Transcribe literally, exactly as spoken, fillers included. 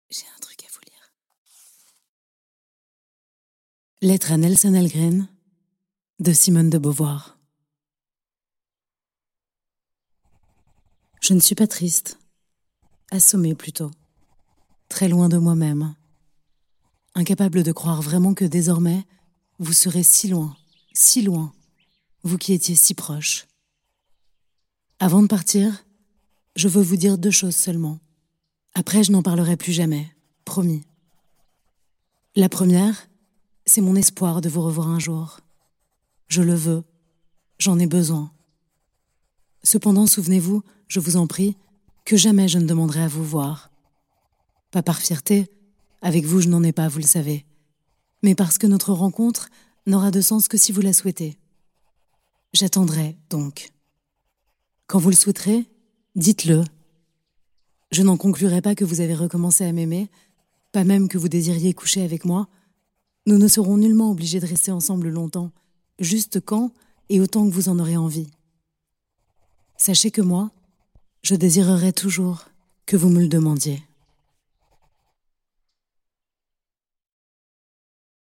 J'ai un truc à vous lire. Lettre à Nelson Algren de Simone de Beauvoir. Je ne suis pas triste, assommée plutôt, très loin de moi-même, incapable de croire vraiment que désormais, vous serez si loin, si loin, vous qui étiez si proche. Avant de partir, je veux vous dire deux choses seulement. Après, je n'en parlerai plus jamais, promis. La première, c'est mon espoir de vous revoir un jour. Je le veux, j'en ai besoin. Cependant, souvenez-vous, je vous en prie, que jamais je ne demanderai à vous voir. Pas par fierté, avec vous je n'en ai pas, vous le savez, mais parce que notre rencontre n'aura de sens que si vous la souhaitez. J'attendrai, donc. Quand vous le souhaiterez, dites-le. Je n'en conclurai pas que vous avez recommencé à m'aimer, pas même que vous désiriez coucher avec moi. Nous ne serons nullement obligés de rester ensemble longtemps, juste quand et autant que vous en aurez envie. Sachez que moi, je désirerai toujours que vous me le demandiez.